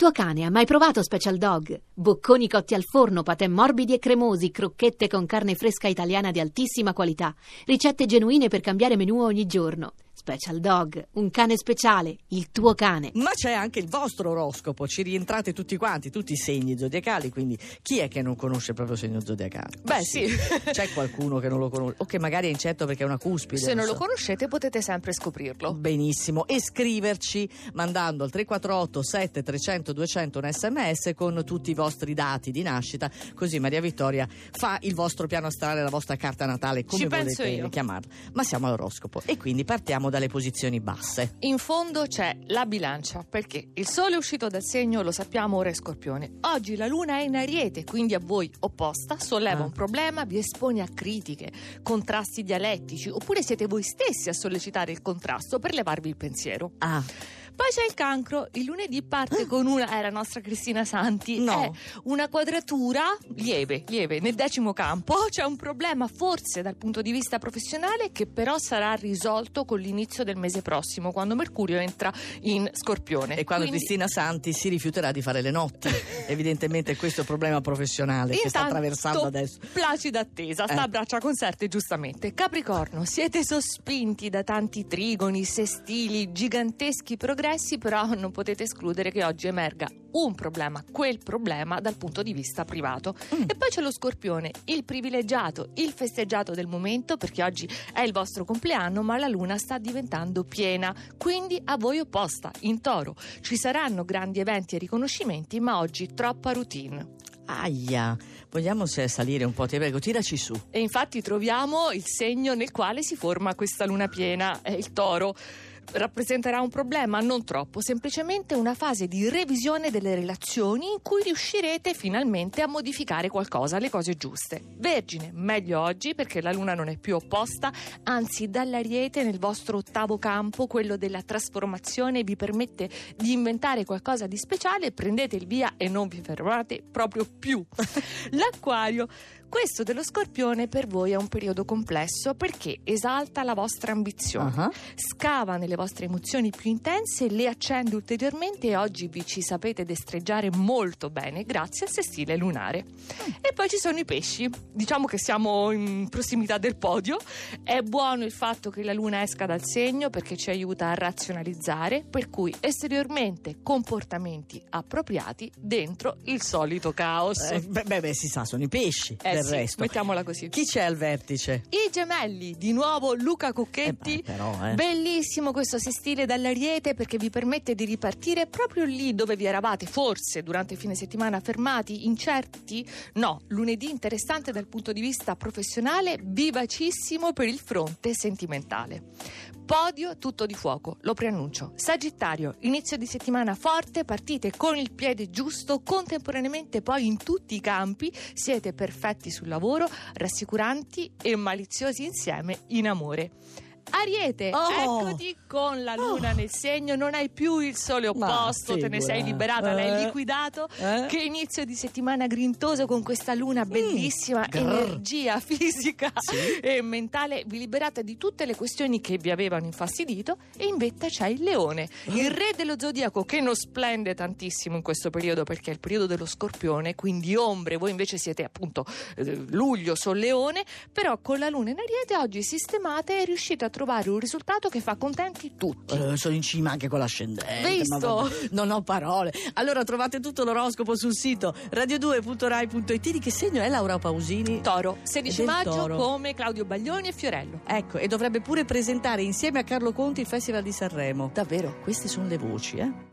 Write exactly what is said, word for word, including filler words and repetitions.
tuo cane ha mai provato Special Dog? Bocconi cotti al forno, patè morbidi e cremosi, crocchette con carne fresca italiana di altissima qualità, ricette genuine per cambiare menù ogni giorno. Special Dog, un cane speciale, il tuo cane. Ma c'è anche il vostro oroscopo, ci rientrate tutti quanti, tutti i segni zodiacali, quindi chi è che non conosce il proprio segno zodiacale? Beh sì, C'è qualcuno che non lo conosce o che magari è incerto perché è una cuspide? se non so. lo conoscete potete sempre scoprirlo. Benissimo, e scriverci mandando al tre quattro otto sette trecento duecento un sms con tutti i vostri dati di nascita, così Maria Vittoria fa il vostro piano astrale, la vostra carta natale, come Ci penso volete io. chiamarla. Ma siamo all'oroscopo e quindi partiamo dalle posizioni basse. In fondo c'è la bilancia, perché il sole è uscito dal segno, lo sappiamo, ora è Scorpione. Oggi la luna è in Ariete, quindi a voi opposta, solleva Ah. un problema, vi espone a critiche, contrasti dialettici, oppure siete voi stessi a sollecitare il contrasto per levarvi il pensiero. Ah, Poi c'è il Cancro, il lunedì parte con una, è la nostra Cristina Santi, No. è una quadratura lieve, lieve, nel decimo campo. C'è un problema forse dal punto di vista professionale che però sarà risolto con l'inizio del mese prossimo, quando Mercurio entra in Scorpione. e quando Quindi, Cristina Santi si rifiuterà di fare le notti. Evidentemente questo è il problema professionale che sta intanto, attraversando adesso. placida attesa, sta Eh. a braccia conserte giustamente. Capricorno, siete sospinti da tanti trigoni, sestili, giganteschi progressi, però non potete escludere che oggi emerga un problema, quel problema dal punto di vista privato. Mm. E poi c'è lo Scorpione, il privilegiato, il festeggiato del momento, perché oggi è il vostro compleanno, ma la luna sta diventando piena, quindi a voi opposta, in Toro. Ci saranno grandi eventi e riconoscimenti, ma oggi troppa routine. Aia, vogliamo se- salire un po', ti prego, tiraci su. E infatti troviamo il segno nel quale si forma questa luna piena, è il Toro. Rappresenterà un problema? Non troppo, semplicemente una fase di revisione delle relazioni in cui riuscirete finalmente a modificare qualcosa, le cose giuste. Vergine, meglio oggi perché la luna non è più opposta, anzi dall'Ariete nel vostro ottavo campo, quello della trasformazione, vi permette di inventare qualcosa di speciale, prendete il via e non vi fermate proprio più. L'Acquario, questo dello Scorpione per voi è un periodo complesso perché esalta la vostra ambizione, Ah. scava nelle vostre emozioni più intense, le accende ulteriormente e oggi vi ci sapete destreggiare molto bene grazie al sestile lunare. E poi ci sono i pesci, diciamo che siamo in prossimità del podio. È buono il fatto che la luna esca dal segno perché ci aiuta a razionalizzare, per cui esteriormente comportamenti appropriati, dentro il solito caos. Eh, beh, beh, beh, si sa, sono i pesci Eh del sì, resto. mettiamola così. Chi c'è al vertice? I Gemelli, di nuovo Luca Cucchetti. Eh, beh, però, eh. Bellissimo questo sestile dall'Ariete perché vi permette di ripartire proprio lì dove vi eravate forse durante il fine settimana fermati, incerti. No, lunedì interessante dal punto di vista professionale, vivacissimo per il fronte sentimentale. Podio tutto di fuoco, lo preannuncio. Sagittario, inizio di settimana forte, partite con il piede giusto, contemporaneamente poi in tutti i campi siete perfetti sul lavoro, rassicuranti e maliziosi insieme in amore. Ariete, Oh! eccoti con la luna nel segno, non hai più il sole Ma opposto, te ne sei figura. liberata, Eh? l'hai liquidato. Eh? Che inizio di settimana grintoso con questa luna bellissima, grrr. energia fisica Sì. e mentale, vi liberate di tutte le questioni che vi avevano infastidito e in vetta c'è il Leone, il re dello zodiaco che non splende tantissimo in questo periodo perché è il periodo dello Scorpione, quindi ombre, voi invece siete appunto eh, luglio, sol Leone, però con la luna in Ariete oggi sistemate e riuscite a trovare un risultato che fa contenti tutti. Eh, sono in cima anche con l'ascendente. Visto? ma vabbè, non ho parole. Allora trovate tutto l'oroscopo sul sito radio due punto rai punto it. Di che segno è Laura Pausini? Toro, sedici Del maggio Toro. come Claudio Baglioni e Fiorello. Ecco, e dovrebbe pure presentare insieme a Carlo Conti il Festival di Sanremo. Davvero? Queste sono le voci, eh?